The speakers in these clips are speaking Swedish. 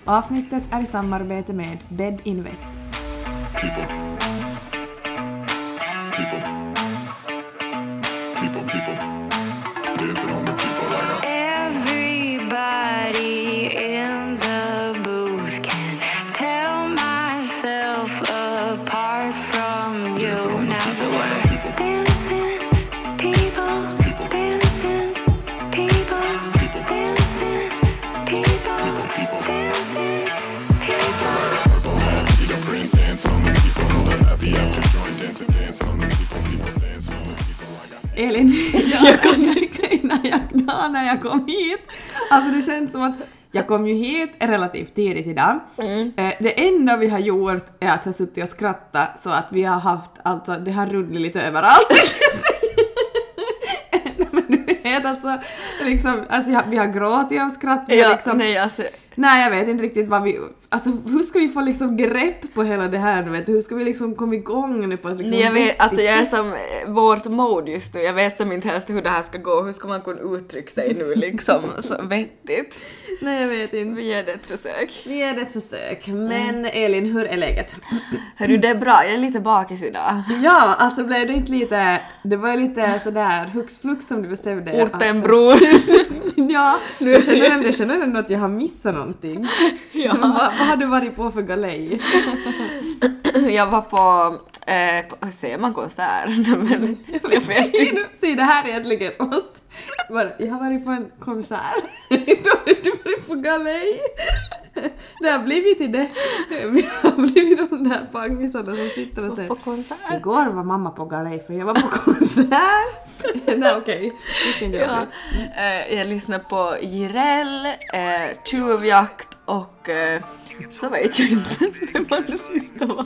Avsnittet är i samarbete med Bed Invest. People. Dancing on the people like Everybody in the booth can tell myself apart from you. Now the word dancing people, dancing people, dancing people, dancing people. see the friend dance on the people. Know the happy after join dancing on the people. People dance on the people like Elin, när jag kom hit, alltså det känns som att jag kom ju hit relativt tidigt idag. Det enda vi har gjort är att ha suttit och skrattat så att vi har haft, alltså det har rullat lite överallt. Nej, men du vet alltså, vi har gråtit av skratt. Nej, jag vet inte riktigt vad vi... Alltså, hur ska vi få liksom grepp på hela det här nu, vet du? Hur ska vi liksom komma igång nu på ett liksom... Jag vet, alltså jag är som vårt mode just nu. Jag vet som inte helst hur det här ska gå. Hur ska man kunna uttrycka sig nu liksom så vettigt? Nej, jag vet inte. Vi ger det ett försök. Men Elin, hur är läget? Hörru, det är bra. Jag är lite bakis idag. Ja, alltså blev det inte lite... Det var ju lite sådär hux-flux som du bestämde. Ortenbror. Ja, jag känner ändå att jag har missat någonting. Ja. Vad har du varit på för galej? Jag var på... ser man konsert? Men jag vet inte. Se, det här är egentligen oss. Jag har varit på en konsert. Du har varit på galej. Det har blivit till det. Vi har blivit de där pangisarna som sitter och säger... På konsert? Igår var mamma på galej för jag var på konsert. Nej, okej. Ja. Jag lyssnade på Jireel, Tjuvjakt och... så vet jag inte. Det var det sista va?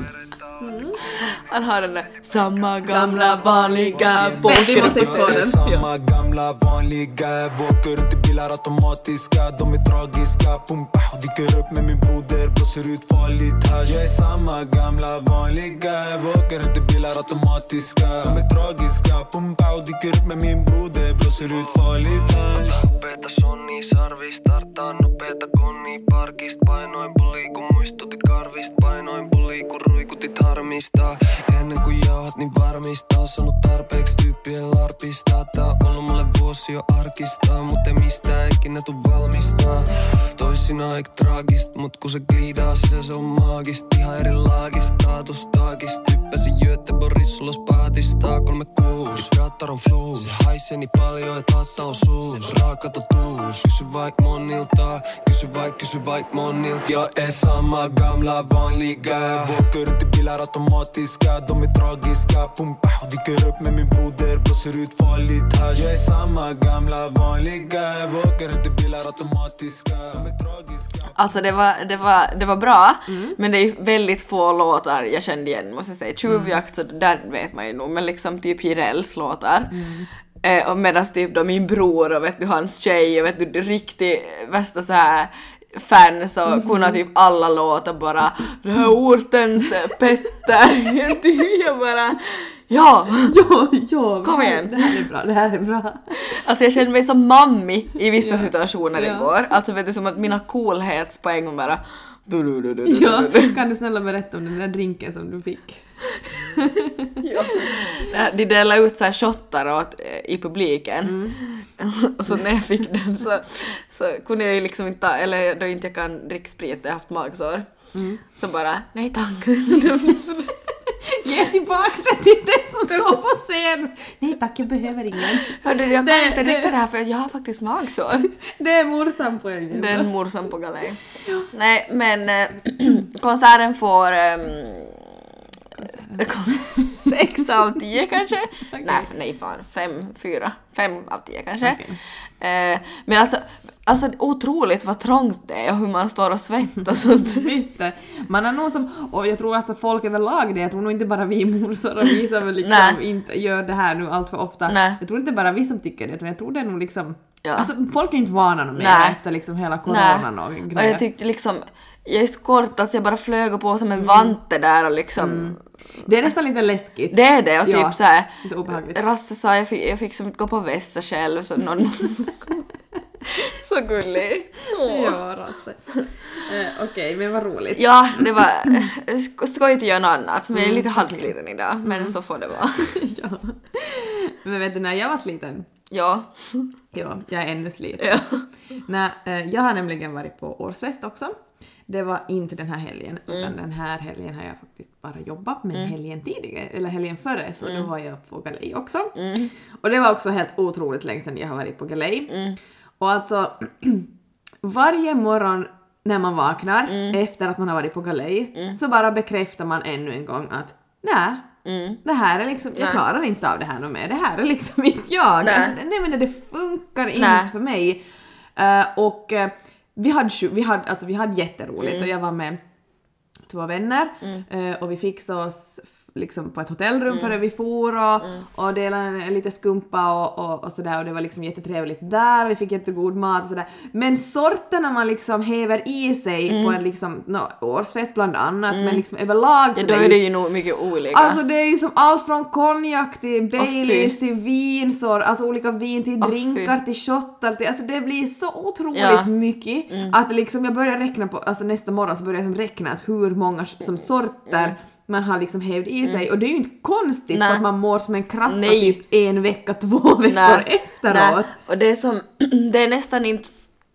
Han har den där samma gamla vanliga Vi måste på den. Samma gamla vanliga åker runt i bilar automatiska. De är tragiska, pumpa och dyker upp med min broder. Blåser ut farligt här. Jag är samma gamla vanliga åker runt i bilar automatiska. De är tragiska, pumpa och dyker upp med min broder. Blåser ut farligt här. Nopeeta sonni sarvi startaa nopeeta konni parkist. Painoin puli kun muistutit karvist. Painoin puli kun ruikutit harmista. Ennen kuin jauhat niin varmista. On sanonut tarpeeksi tyyppien larpista. Tää on ollut mulle vuosi jo arkista. Mut ei mistään ikinä tuu valmistaa. Toisinaan eik traagist. Mut kun se gliidaa sisään se on maagist. Ihan eri laagist, staatustaagist. Typpäsin Göteborgissa ulos paatista 36. Vibraattar on flow. Se haisee niin paljon et hassa on suus. Raaka totuus. Kysy vaik monilta. Kysy vaik monilta. Jag är samma gamla vanliga åker runt i bilar automatiska. De är tragiska, pumpa och dyker upp med min broder. Blåser ut farligt här. Jag är samma gamla vanliga åker runt i bilar automatiska. De är tragiska. Alltså det var bra, men det är ju väldigt få låtar jag kände igen, måste jag säga. Tjuvjakt, så där vet man ju nog, men liksom typ Jireels låtar. Och medan typ då min bror och vet du, hans tjej och vet du, riktigt värsta så här fans och kunna typ alla låtar bara. Det här ortens Petter. Jag bara... Ja, kom igen. Det här är bra. Alltså jag kände mig som mammi i vissa situationer igår. Alltså vet du, som att mina coolhetspoäng bara... Ja, kan du snälla berätta om den där drinken som du fick? De delade ut så här shottar åt, i publiken. Och så när jag fick den så kunde jag ju liksom inte ta, eller då inte jag kan dricka sprit, jag har haft magsår. Så bara, nej tack. Ge tillbaka det till den som står på scen. Nej tack, jag behöver ingen. Hörde du, jag kan inte dricka det här för jag har faktiskt magsår. Det är morsan på en. Det är en morsan på galej. Nej, men konserten får 6 av 10 kanske. Okay. Nej fan, 5 av 10 kanske. Okay. Men alltså otroligt vad trångt det är och hur man står och svettas. Visst det. Man är nog som, och jag tror att folk överlag det, jag tror nog inte bara vi morsor och vi som liksom inte gör det här nu allt för ofta. Nej. Jag tror inte bara vi som tycker det, jag tror det är nog liksom, alltså folk är inte vana nog mer efter liksom hela coronan och grejer. Och jag tyckte liksom, jag är så kort, alltså jag bara flög på som en vante där och liksom... Det är nästan lite läskigt. Det är det, och typ så här. Lite obehagligt. Rasse sa jag fick som inte gå på vässa själv, så någon måste... Så gullig. Ja, Rasse. Okej, men vad roligt. Ja, det var skojigt att göra något annat, men jag är lite halvsliten idag, men så får det vara. Ja. Men vet du, när jag var sliten? Ja. Ja, jag är ännu sliten. Ja. Jag har nämligen varit på årsfest också. Det var inte den här helgen, utan den här helgen har jag faktiskt bara jobbat, men helgen tidigare, eller helgen före, så då var jag på galej också. Och det var också helt otroligt länge sedan jag har varit på galej. Och alltså, varje morgon när man vaknar efter att man har varit på galej, så bara bekräftar man ännu en gång att nej, det här är liksom, jag klarar inte av det här mer. Det här är liksom inte jag. Alltså, men det funkar inte för mig. Och vi hade jätteroligt och jag var med 2 vänner och vi fixade oss liksom på ett hotellrum före vi for och delade lite skumpa och sådär, och det var liksom jättetrevligt där, vi fick jättegod mat och sådär. Men sorterna man liksom häver i sig på en liksom årsfest bland annat, men liksom överlag så då är det ju nog mycket olika. Alltså det är ju som allt från konjak till Baileys till vinsor, alltså olika vin till drinkar till shottar till, alltså det blir så otroligt mycket att liksom jag börjar räkna på, alltså nästa morgon så börjar jag räkna att hur många som sorter man har liksom hävt i sig, och det är ju inte konstigt för att man mår som en kratta typ 1 vecka, 2 veckor efteråt. Och det är som, det är nästan inte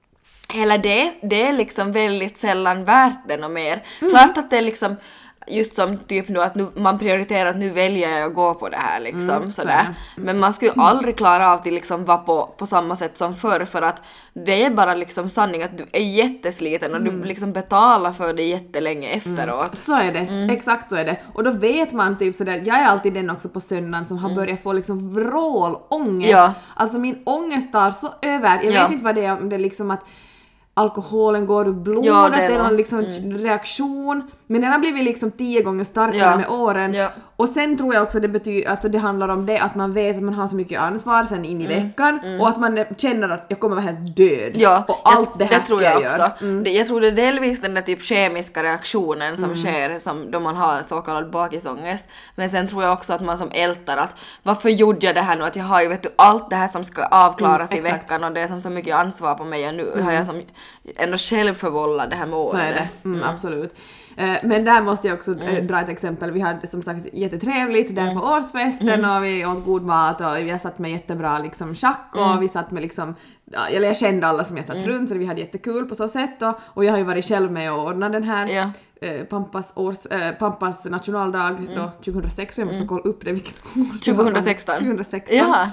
hela det är liksom väldigt sällan värt det och mer. Klart att det är liksom just som typ nu att nu, man prioriterar att nu väljer jag att gå på det här liksom sådär. Men man skulle ju aldrig klara av att liksom vara på samma sätt som förr, för att det är bara liksom sanning att du är jättesliten och du liksom betalar för det jättelänge efteråt. Så är det, exakt så är det. Och då vet man typ sådär, jag är alltid den också på söndagen som har börjat få liksom vrålångest. Ja. Alltså min ångest tar så över, jag vet inte vad det är, om det är liksom att alkoholen går ur blodet, det är någon liksom reaktion, men den har blivit liksom 10 gånger starkare med åren. Och sen tror jag också det betyder, alltså det handlar om det att man vet att man har så mycket ansvar sen in i veckan och att man känner att jag kommer vara helt död och allt det här tror jag också. Jag tror det är delvis den där typ kemiska reaktionen som sker som då man har så kallad bakisångest, men sen tror jag också att man som ältar att varför gjorde jag det här nu, att jag har ju vet du allt det här som ska avklaras i veckan och det är som så mycket ansvar på mig och nu har jag som ändå själv förvållat det här målet. Så är det, absolut. Men där måste jag också dra ett exempel. Vi hade som sagt jättetrevligt där på årsfesten och vi åt god mat och vi har satt med jättebra liksom schack och vi satt med liksom, eller jag kände alla som jag satt runt, så vi hade jättekul på så sätt och jag har ju varit själv med och ordnat den här Pampas nationaldag då 2006, så jag måste kolla upp det vilket år. 2016. Ja.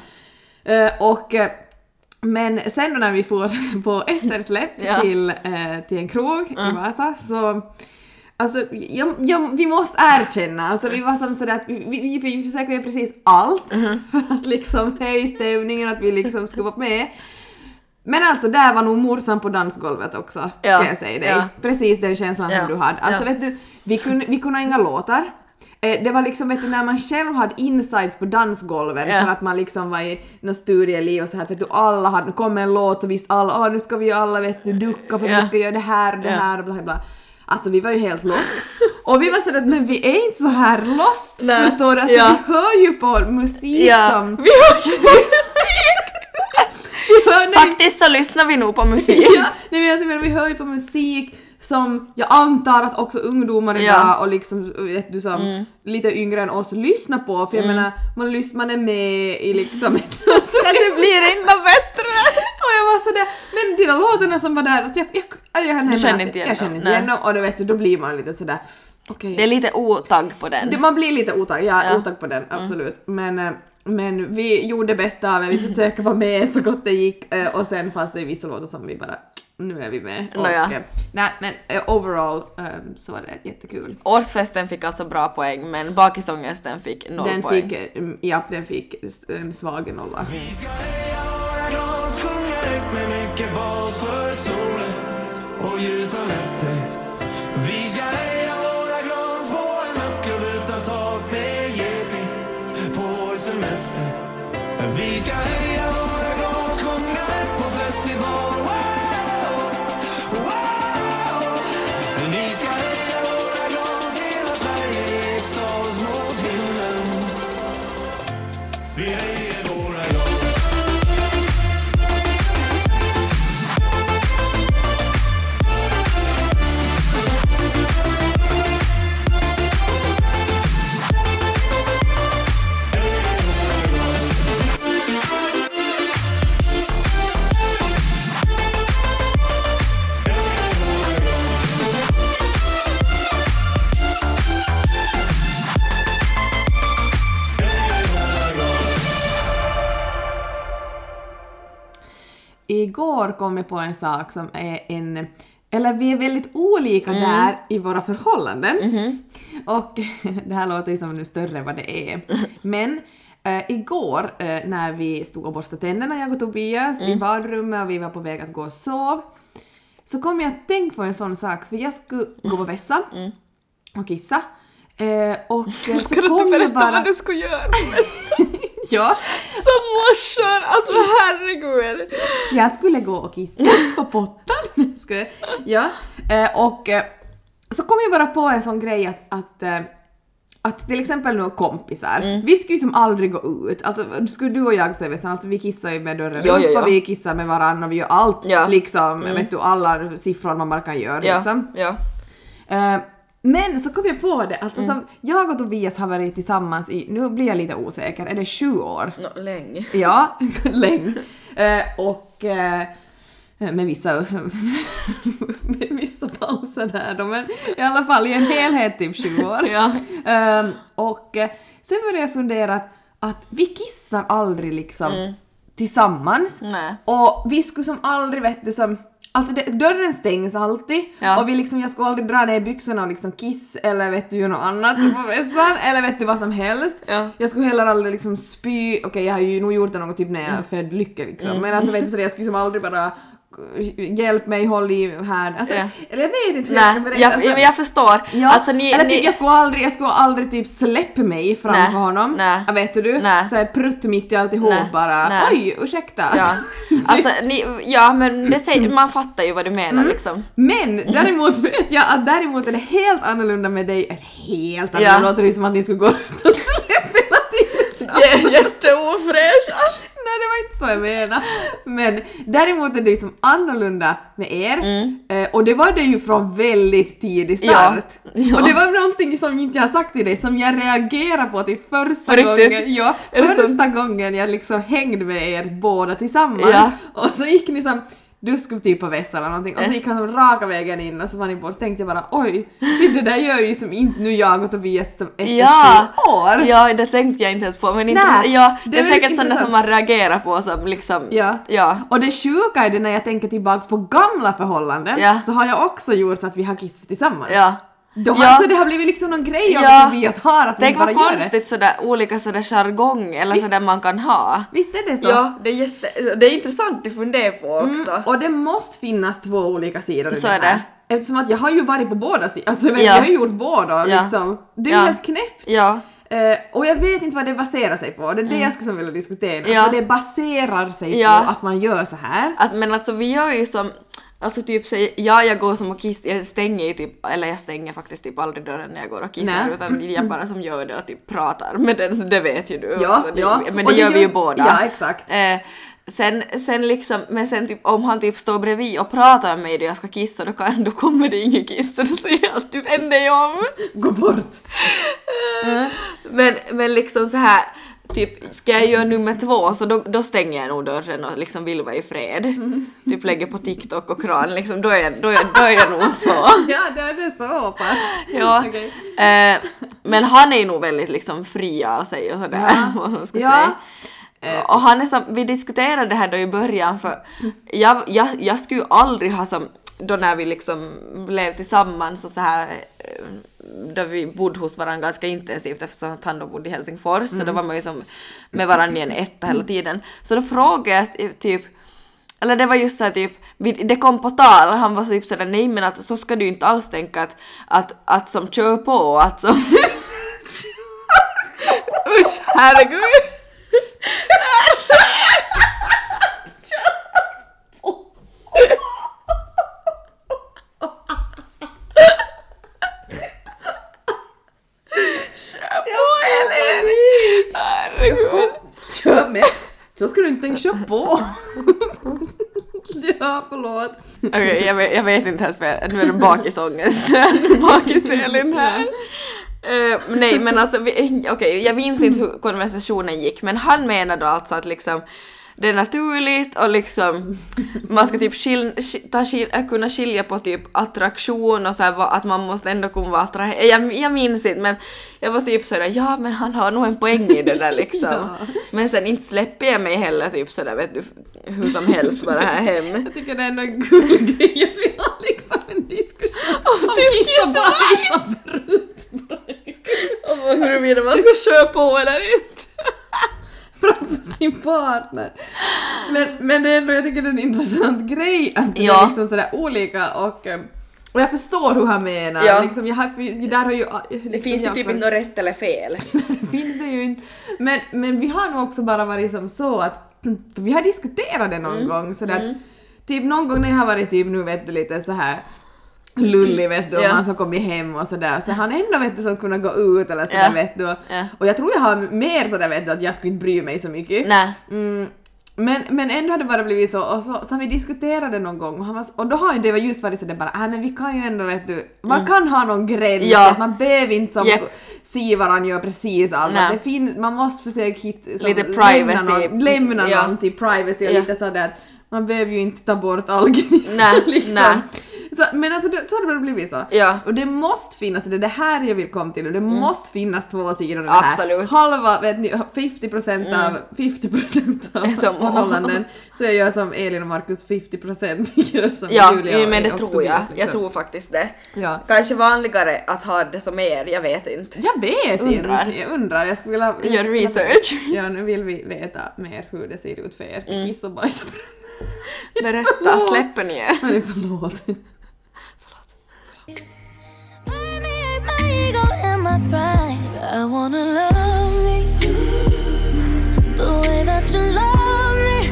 Men sen när vi får på eftersläpp till en krog i Vasa, så alltså, vi måste erkänna, alltså vi var som sådär att vi försöker göra precis allt för att liksom höja stämningen, att vi liksom ska vara med. Men alltså där var nog morsan på dansgolvet också, kan jag säga dig. Precis den känslan som du hade. Alltså vet du, vi kunde inga låtar. Det var liksom, vet du, när man själv hade insights på dansgolven för att man liksom var i någon studieliv och så här, vet du, alla hade, kom en låt så visst alla, nu ska vi ju alla, vet du, ducka för vi ska göra det här, bla bla. Alltså vi var ju helt lost. Och vi var sådär, men vi är inte så här lost. Förstår du? Alltså vi hör ju på musik som... Vi hör ju på musik! Faktiskt så lyssnar vi nog på musik. Vi hör ju på musik som jag antar att också ungdomar idag och liksom, vet du, som lite yngre än oss lyssnar på. För jag menar, man är med i liksom... Så det blir ändå bättre! Och jag var sådär, men dina låtarna som var där, alltså jag känner inte igen dem. Och då blir man lite sådär, okej. Det är lite otag på den. Man blir lite otag, otag på den, absolut. Men vi gjorde det bästa av det, vi försökte vara med så gott det gick, och sen fanns det vissa låtar som vi bara, nu är vi med. Men overall så var det jättekul. Årsfesten fick alltså bra poäng, men bakisångesten fick 0 poäng. Den fick en svag 0. Vi ska heja våra glas, sjunga högt med mycket bas för solen och ljusa nätter. Vi ska heja våra glas på en nattklubb utan tak med geting på vår semester. Vi ska heja våra glas, sjunga högt på festival. Vi ska heja våra glas, hela Sverige i extas mot himlen. Vi hejar våra glas. igår kom jag på en sak som är eller vi är väldigt olika där i våra förhållanden. Och det här låter ju som nu större än vad det är. Men igår när vi stod och borstade tänderna, jag och Tobias i badrummet och vi var på väg att gå och sova, så kom jag att tänka på en sån sak, för jag skulle gå på vässa och kissa. Och så kom jag bara... vad du skulle göra? Ja. Som morsor, alltså herregud. Jag skulle gå och kissa på pottan. Ja. Och så kom jag bara på en sån grej att till exempel nu kompisar, vi skulle ju som aldrig gå ut. Alltså skulle du och jag säga, alltså vi kissar ju med dörren upp och vi kissar med varandra och vi gör allt liksom, vet du, alla siffror man bara kan göra liksom. Ja. Men så kom jag på det, alltså som jag och Tobias har varit tillsammans i, nu blir jag lite osäker, är det 7 år? Länge. Ja, länge. Och med vissa pauser där då, men i alla fall i en helhet typ 7 år. Ja. Och sen började jag fundera att vi kissar aldrig liksom tillsammans. Nej. Och vi skulle som aldrig veta som... Alltså dörren stängs alltid och vi liksom, jag skulle aldrig dra ner byxorna och liksom kiss eller vet du något annat på vässan eller vet du vad som helst. Ja. Jag skulle heller aldrig liksom spy, okej, jag har ju nog gjort det något typ när jag född Lycka liksom. Men alltså vet du så jag skulle som aldrig bara hjälp mig, håll i här. Alltså, eller jag vet inte hur jag ska berätta. Jag förstår. Ja. Alltså, eller typ jag skulle aldrig typ släppa mig framför honom. Nej. Vet du? Så jag prutt mitt i alltihop bara. Oj, ursäkta. Ja. Alltså, men det säger, man fattar ju vad du menar liksom. Men däremot vet jag att däremot är det helt annorlunda med dig. Helt annorlunda, låter det som att ni skulle gå runt och släppa hela tiden. Jätteofräsch. Nej, det var inte så jag menade. Men däremot är det som annorlunda med er. Och det var det ju från väldigt tidig start. Ja. Och det var någonting som inte jag sagt till dig som jag reagerar på till första gången. Ja, första gången jag liksom hängde med er båda tillsammans. Ja. Och så gick ni som... Du skulle typ på vässa eller någonting. Och så gick han som raka vägen in och så var ni bort. Så tänkte jag bara, oj, det där gör ju som inte nu jag och Tobias som efter 7 år. Ja, det tänkte jag inte ens på. Men inte, det är säkert sådana som man reagerar på som liksom... Ja. Och det sjuka är det när jag tänker tillbaka på gamla förhållanden. Så har jag också gjort så att vi har kissat tillsammans. Ja. Alltså det har blivit liksom någon grej av Tobias har att tänk vad konstigt sådär olika sådär jargong eller sådär man kan ha. Visst är det så? Ja, det är intressant att fundera på också. Och det måste finnas 2 olika sidor i så det här. Eftersom att jag har ju varit på båda sidor. Alltså jag har ju gjort båda liksom. Det är helt knäppt. Ja. Och jag vet inte vad det baserar sig på. Det är det jag skulle vilja diskutera. Vad det baserar sig på att man gör så här. Alltså, men alltså vi gör ju som... Alltså typ så jag går som och kissar, jag stänger ju typ, eller jag stänger faktiskt typ aldrig dörren när jag går och kissar, utan jag bara som gör det och typ pratar med den, så det vet ju du. Ja, men det gör vi ju båda. Ja, exakt. Sen liksom, men sen typ om han typ står bredvid och pratar med mig då jag ska kissa, då kommer det ingen kiss, och då säger jag typ vänd dig om. Gå bort. Men liksom så här. Typ, ska jag göra nummer 2 så då stänger jag nog dörren och liksom vill vara i fred. Typ lägger på TikTok och kran, liksom, då är jag nog så. Ja, det är så pass. Ja. Okay. Men han är ju nog väldigt liksom fri av sig och sådär, vad man ska säga. Och han är som, vi diskuterade det här då i början, för jag skulle ju aldrig ha som, då när vi liksom blev tillsammans och så här, där vi bodde hos varandra ganska intensivt eftersom att han då bodde i Helsingfors, så då var man ju som med varandra i en etta hela tiden. Så då frågade jag typ, eller det var just så här typ, det kom på tal, han var så typ sådär, nej men att så ska du inte alls tänka att som kör på, att som usch, herregud. Kör med. Så ska du inte tänka kör på. Ja, förlåt. Okej, jag vet inte ens vad nu är det bakisångest. Bakis-Elin här. Nej, men alltså okej, jag minns inte hur konversationen gick, men han menade alltså att liksom det är naturligt och liksom man ska typ kunna skilja på typ attraktion och så här, att man måste ändå kunna vara attraherad. Jag minns inte, men jag var typ sådär, ja men han har nog en poäng i det där liksom. Ja. Men sen inte släpper jag mig heller typ sådär, vet du, hur som helst bara här hem. Jag tycker det är ändå en kul grej att vi har liksom en diskussion om kiss och bajs och bruttbruk. Och huruvida man ska köra på eller inte. Framför sin partner. Men det är ändå, jag tycker det är en intressant grej att det är liksom sådär olika och jag förstår hur han menar. Ja. Liksom, där har ju, liksom, det finns ju typ inte något rätt eller fel. Det finns det ju inte. Men vi har nog också bara varit som så att vi har diskuterat det någon gång sådär att typ någon gång när jag har varit typ nu vet du lite så här lullig vet du, och man så kommit hem och sådär, så han ändå vet du som kunna gå ut eller sådär vet du, och jag tror jag har mer sådär vet du att jag skulle inte bry mig så mycket. Men ändå hade det bara blivit så, och så har vi diskuterat det någon gång och då har ju det just varit så det bara, men vi kan ju ändå vet du, man kan ha någon gräns, att man behöver inte som se varandra gör precis allt, det finns, man måste försöka hitta lite privacy, lämna någon till privacy och lite sådär att man behöver ju inte ta bort all gnista liksom. Så, men alltså så har det blivit så. Ja. Och det måste finnas, det är det här jag vill komma till, och det måste finnas två sidor av det här. Absolut. Halva, vet ni, 50% av 50% av förhållanden. Så jag gör som Elin och Markus, 50% gör som Julia. Ja, men det tror jag. Jag tror faktiskt det. Ja. Kanske vanligare att ha det som jag vet inte. Jag vet inte. Jag undrar, jag skulle vilja... Gör research. Ja, nu vill vi veta mer hur det ser ut för er. Kiss och bajs och berätta, släpper ni er? Nej, förlåt. I wanna love me the way that you love me.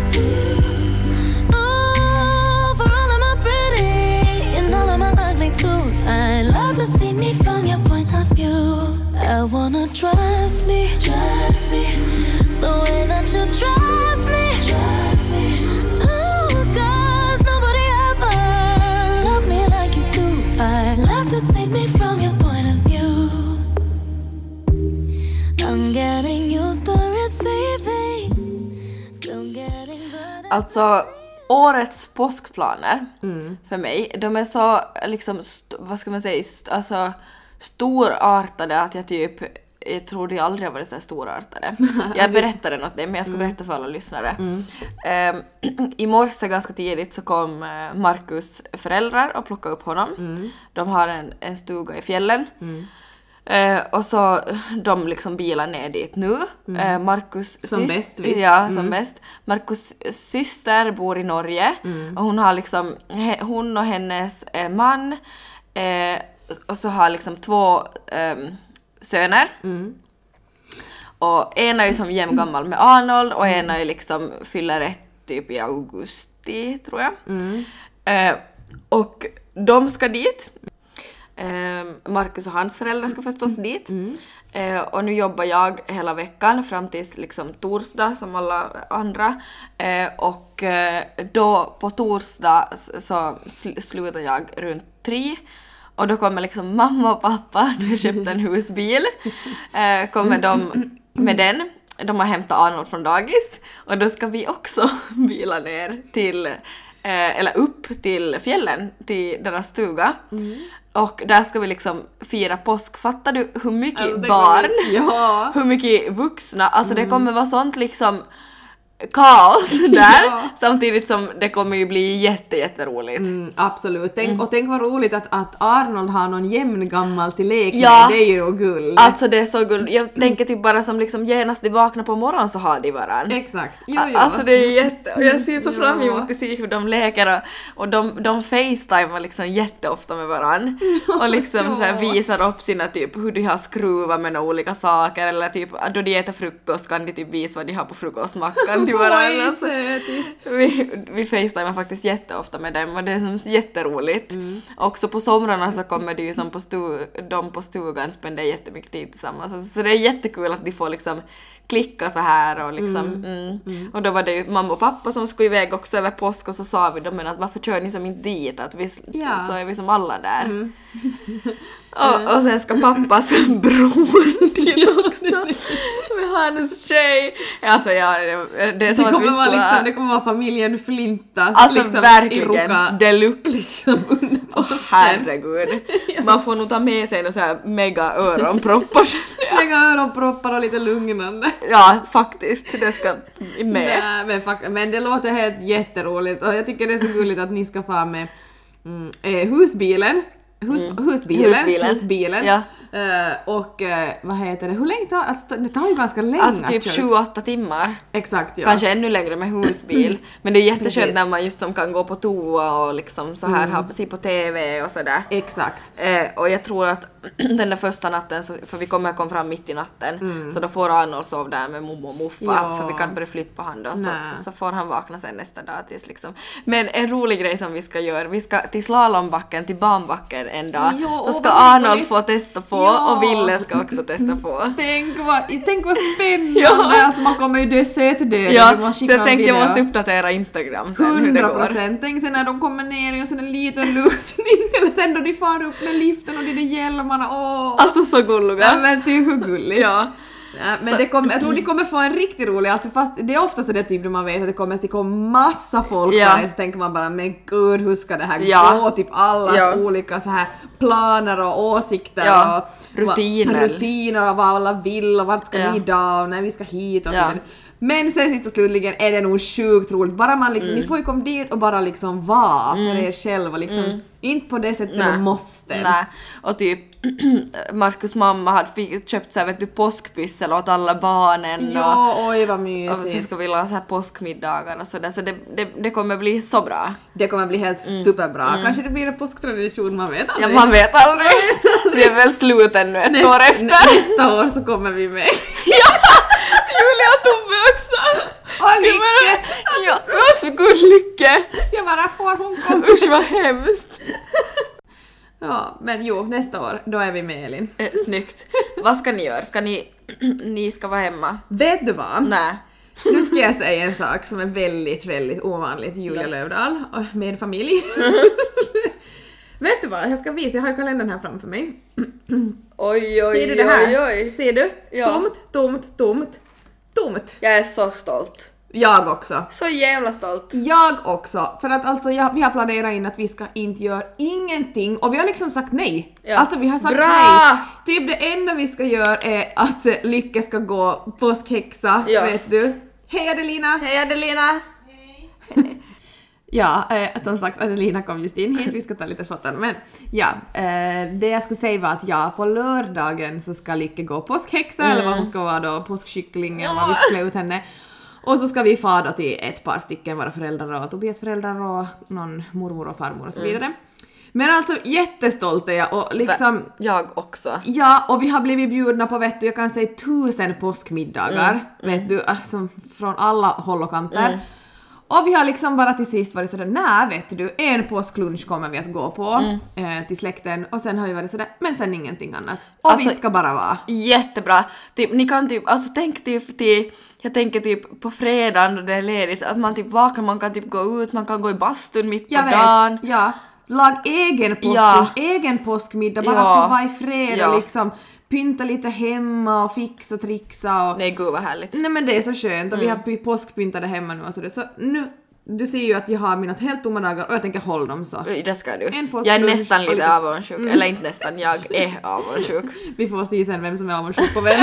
Oh, for all of my pretty and all of my ugly too. I love to see me from your point of view. I wanna trust me the way that you trust me. Oh, 'cause nobody ever loved me like you do. I love to see me from your point of view. I'm getting used to receiving, still getting good. Alltså, årets påskplaner för mig, de är så liksom, vad ska man säga, alltså storartade att jag tror det aldrig har varit så här storartade. Jag berättade något det, men jag ska berätta för alla lyssnare. I morse ganska tidigt så kom Markus föräldrar och plockade upp honom. De har en stuga i fjällen. Och så de liksom bilar ner dit nu. Markus som bäst visst. Ja, som bäst. Markus syster bor i Norge och hon har liksom hon och hennes man och så har liksom 2 söner. Och en är ju som jämngammal med Arnold och en är ju liksom fyller 1 typ i augusti tror jag. Och de ska dit. Markus och hans föräldrar ska förstås dit. Och nu jobbar jag hela veckan fram till liksom torsdag som alla andra. Och då på torsdag så slutar jag runt 3. Och då kommer liksom mamma och pappa, de har köpt en husbil. Kommer de med den. De har hämtat Arnold från dagis. Och då ska vi också bila ner till, eller upp till fjällen, till deras stuga. Och där ska vi liksom fira påsk. Fattar du hur mycket barn, hur mycket vuxna, alltså det kommer vara sånt liksom kaos där, samtidigt som det kommer ju bli jätteroligt. Absolut. Tänk vad roligt att Arnold har någon jämngammal till lek med. Det är ju nog guld. Alltså det är så guld. Jag tänker typ bara som liksom genast de vaknar på morgonen så har de varann. Exakt. Alltså det är och jag ser så fram emot att se hur de leker och de facetimar liksom jätteofta med varann. Och liksom så här visar upp sina typ hur de har skruvat med några olika saker, eller typ då de äter frukost kan de typ visa vad de har på frukostmackan till varandra. Alltså, vi facetimar faktiskt jätteofta med dem och det är som jätteroligt. Också på somrarna så kommer det ju som de på stugan spenderar jättemycket tid tillsammans. Alltså, så det är jättekul att de får liksom klicka så här och liksom och då var det ju mamma och pappa som skulle iväg också över påsk och så sa vi då men att varför kör ni som inte dit att vi så är vi som alla där. Och sen ska pappas bror dit också med hans tjej. Alltså det är som att vi ska liksom, det kommer vara familjen Flinta alltså liksom, verkligen deluxe liksom, herregud. Man får nog ta med sig några så här mega öronproppar. Mega öronproppar och lite lugnande. Ja, faktiskt. Det ska med. Nej, men det låter helt jätteroligt och jag tycker det är så gulligt att ni ska få med husbilen. Husbilen. Ja. Och vad heter det? Hur länge tar alltså, det tar ju ganska länge. Alltså typ 7-8 timmar. Exakt, ja. Kanske ännu längre med husbil. Men det är jätteskönt när man just som kan gå på toa och liksom så här ha sig på TV och sådär. Exakt. Och jag tror att den där första natten, för vi kommer komma fram mitt i natten, så då får Arnold sova där med mommo och muffa, för vi kan börja flytta på han då, så får han vakna sen nästa dag tills liksom. Men en rolig grej som vi ska göra, vi ska till slalombacken, till banbacken en dag, då ska Arnold få testa på och Ville ska också testa på. Tänk vad spännande, att man kommer ju dö sötdöd. Ja, så jag tänkte jag måste uppdatera Instagram sen hur det går. 100%, tänk sen när de kommer ner och sen en liten luktning, eller sen då de far upp med liften och de där hjälmarna. Alltså så gulliga. Ja, men det är hur gulligt. Ja. Ja, men jag tror de kommer få en riktigt rolig, alltså fast det är ofta så det typ då man vet att det kommer massa folk där, så tänker man bara, men gud, hur ska det här gå? Typ allas olika så här planer och åsikter och rutiner och vad alla vill och vart ska vi idag och när vi ska hit och men sen sist och slutligen är det nog sjukt roligt. Bara man liksom, ni får ju komma dit och bara liksom vara för er själva liksom. Inte på det sättet du måste. Nej. Och typ Markus mamma hade köpt så här, vet du, påskpyssel åt alla barnen. Ja, oj vad mysigt. Och så ska vi ha så här påskmiddagar och sådär. Så det kommer bli så bra. Det kommer bli helt superbra. Kanske det blir en påsktradition, man vet aldrig. Ja, man vet aldrig. Det är väl slut ännu ett år efter. Nästa år så kommer vi med. Julia och Tobbe också. Och Lycke. Ja, varsågod Lycke. Jag bara får hon komma. Usch vad hemskt. Ja, men jo, nästa år, då är vi med Elin. Snyggt. Vad ska ni göra? Ska ni ska vara hemma? Vet du vad? Nej. Nu ska jag säga en sak som är väldigt, väldigt ovanligt i Julia Lövdahl med familj. Vet du vad? Jag ska visa, jag har kalendern här framför mig. Oj. Ser du det här? Oj. Ser du? Ja. Tomt. Jag är så stolt. Jag också. Så jävla stolt. Jag också. För att alltså vi har planerat in att vi ska inte göra ingenting. Och vi har liksom sagt nej. Ja. Alltså vi har sagt Bra! nej. Typ det enda vi ska göra är att Lycke ska gå påskhäxa. Vet du. Hej Adelina! Hej Adelina! Hej. Ja, som sagt, Adelina kom just in hit, vi ska ta lite foton. Men ja, det jag skulle säga var att på lördagen så ska Lycke gå påskhäxa, eller vad hon ska vara då, påskkyckling, eller vad vi ska klä ut henne. Och så ska vi fara då till ett par stycken, våra föräldrar och Tobias föräldrar och någon mormor och farmor och så vidare. Men alltså jättestolt är jag och liksom... Jag också. Ja, och vi har blivit bjudna på, vet du, jag kan säga 1000 påskmiddagar, vet du, som från alla håll och kanter. Och vi har liksom bara till sist varit sådär, nej vet du, en påsklunch kommer vi att gå på till släkten och sen har vi varit sådär, men sen ingenting annat. Och alltså, vi ska bara vara. Jättebra. Typ, ni kan typ, alltså tänk typ till, jag tänker typ på fredagen då det är ledigt, att man typ vaknar, man kan typ gå ut, man kan gå i bastun mitt på dagen. Ja, lag egen påsklunch, egen påskmiddag, bara för vara i fred och liksom pynta lite hemma och fixa och trixa och... Nej gud vad härligt. Nej men det är så skönt och vi har påskpyntade hemma nu och så nu, du ser ju att jag har mina helt tomma dagar och jag tänker hålla dem så. Det ska du. Jag är nästan lite avundsjuk, eller inte nästan, jag är avundsjuk. Vi får se sen vem som är avundsjuk på vem.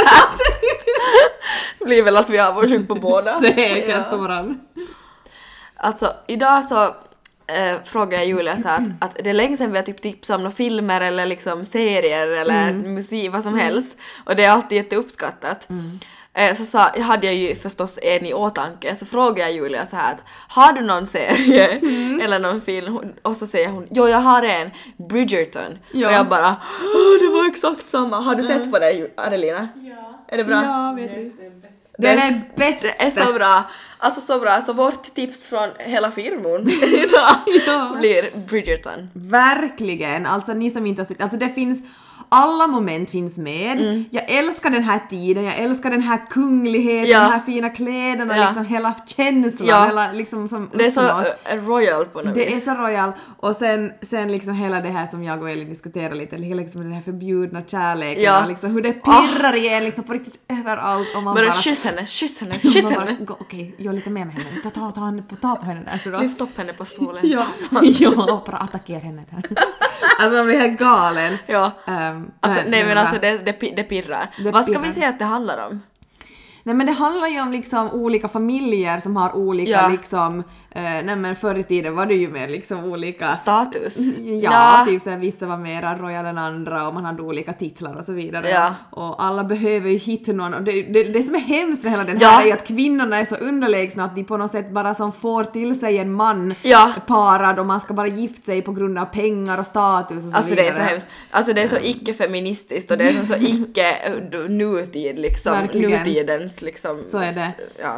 Det blir väl att vi är avundsjuk på båda. Säkert på varandra. Alltså idag så frågar jag Julia så att det är länge sedan vi har typ tipsat om några filmer eller liksom serier eller musik, vad som helst. Och det är alltid jätteuppskattat. Så hade jag ju förstås en i åtanke. Så frågar jag Julia så här att har du någon serie eller någon film? Och så säger hon, jo jag har en, Bridgerton. Och jag bara, det var exakt samma. Har du sett på det, Adelina? Ja. Är det bra? Ja, vet du. Det är bäst. Det är så bra. Alltså så bra, alltså vårt tips från hela firman idag blir Bridgerton. Verkligen, alltså ni som inte har sett, alltså det finns, alla moment finns med. Jag älskar den här tiden, jag älskar den här kungligheten, de här fina kläderna, liksom hela känslan, hela liksom som det är så royal på något det vis. är så royal, och sen liksom hela det här som jag och Elin diskuterar lite, hela liksom den här förbjudna kärleken, liksom hur det pirrar i en liksom på riktigt överallt, och man bara kyss henne. Okej, gör lite mer med henne, ta på henne där så då. Lyft upp henne på stolen. Ja, och bara attackera henne där. Alltså man blir helt galen. Ja. Alltså, nej men alltså det pirrar. Vad ska vi säga att det handlar om? Nej men det handlar ju om liksom olika familjer som har olika liksom, nej men förr i tiden var det ju mer liksom olika status. Typ så här, vissa var mera royal än andra och man hade olika titlar och så vidare. Och alla behöver ju hitta någon, och det som är hemskt med hela den här är ju att kvinnorna är så underlägsna att de på något sätt bara som får till sig en man parad, och man ska bara gifta sig på grund av pengar och status och så alltså vidare. Det är så hemskt. Alltså det är så icke-feministiskt, och det är så icke nutid liksom. Verkligen. Nutidens liksom. Så är det. Ja.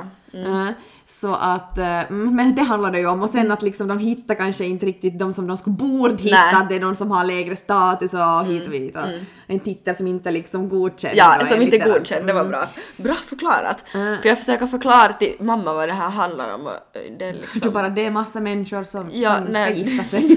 Så att, men det handlar det ju om, och sen att liksom de hittar kanske inte riktigt de som de skulle borde hitta, det är någon som har lägre status och hit och dit, en titel som inte liksom godkänd. Ja, som inte godkänd, det var bra förklarat. För jag försöker förklara till mamma vad det här handlar om, och det är liksom... det är massa människor som ska gifta sig.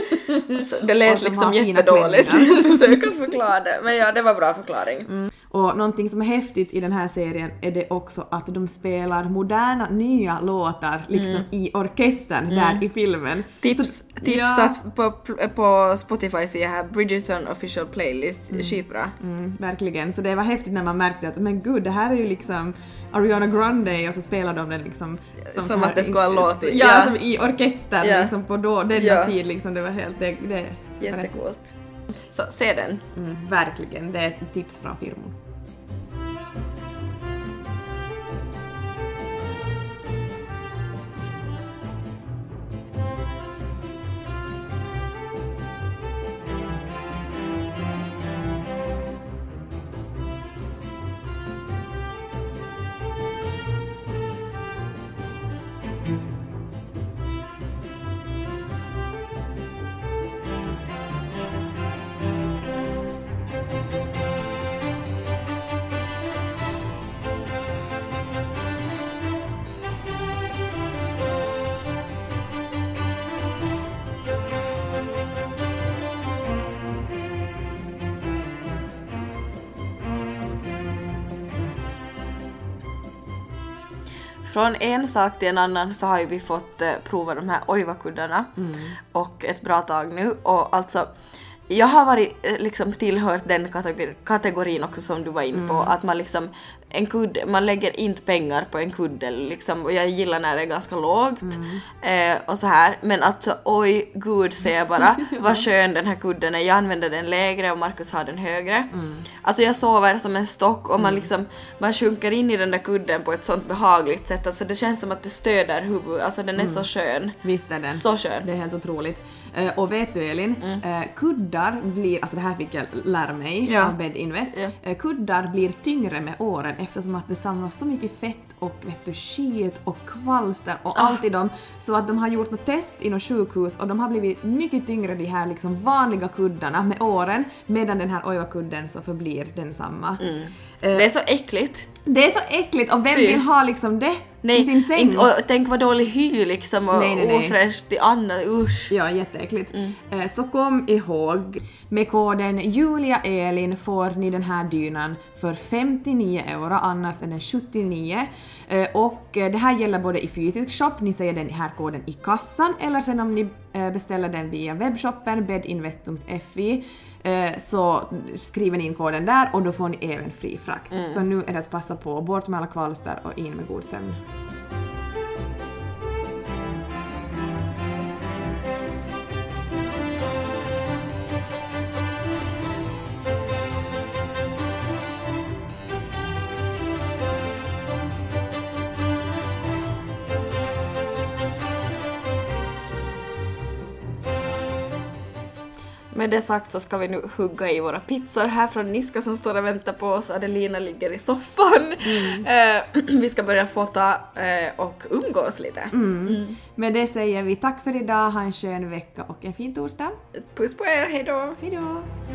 Så det lät liksom jättedåligt. Försöka förklara det, men det var bra förklaring. Och någonting som är häftigt i den här serien är det också att de spelar moderna nya låtar liksom i orkestern där i filmen. Tips att på Spotify ser jag här Bridgerton official playlist, skitbra. Verkligen, så det var häftigt när man märkte att men gud, det här är ju liksom Ariana Grande, och så spelar de den liksom som att det skulle ha låtit. Ja, som i orkestern liksom på denna tid liksom, det var helt det jättecoolt. Så se den. Verkligen, det är ett tips från firman. Från en sak till en annan så har ju vi fått prova de här Oiva-kuddarna och ett bra tag nu, och alltså jag har varit liksom tillhört den kategorin också som du var in på, att man liksom en kudde, man lägger inte pengar på en kudde liksom, och jag gillar när det är ganska lågt och så här, men alltså oj gud, säger jag bara vad skön den här kudden är. Jag använder den lägre och Markus har den högre. Alltså jag sover som en stock, och man liksom man sjunker in i den där kudden på ett sånt behagligt sätt, alltså det känns som att det stöder huvudet, alltså den är så skön. Visst är den. Så skön. Det är helt otroligt. Och vet du Elin, kuddar blir, alltså det här fick jag lära mig av Bed Invest, kuddar blir tyngre med åren eftersom att det samlas så mycket fett och skit och kvalster och allt i dem, så att de har gjort något test i något sjukhus och de har blivit mycket tyngre, de här liksom vanliga kuddarna med åren, medan den här Oiva-kudden så förblir densamma. Det är så äckligt. Det är så äckligt, och vem vill ha liksom det i sin säng? Inte, och tänk vad dålig hy liksom, och ofräscht i annat, usch. Ja, jätteäckligt. Så kom ihåg, med koden JuliaElin får ni den här dynan för 59 €, annars är den 79. Och det här gäller både i fysisk shop, ni säger den här koden i kassan, eller sen om ni beställer den via webbshoppen bedinvest.fi, så skriver ni in koden där och då får ni även fri frakt. Så nu är det att passa på, bort med alla kvalster och in med god sömn. med det sagt så ska vi nu hugga i våra pizzor här från Niska som står och väntar på oss. Adelina ligger i soffan. Vi ska börja fota och umgås lite. Med det säger vi tack för idag, ha en skön vecka och en fin torsdag. Puss på er, hejdå! Hejdå!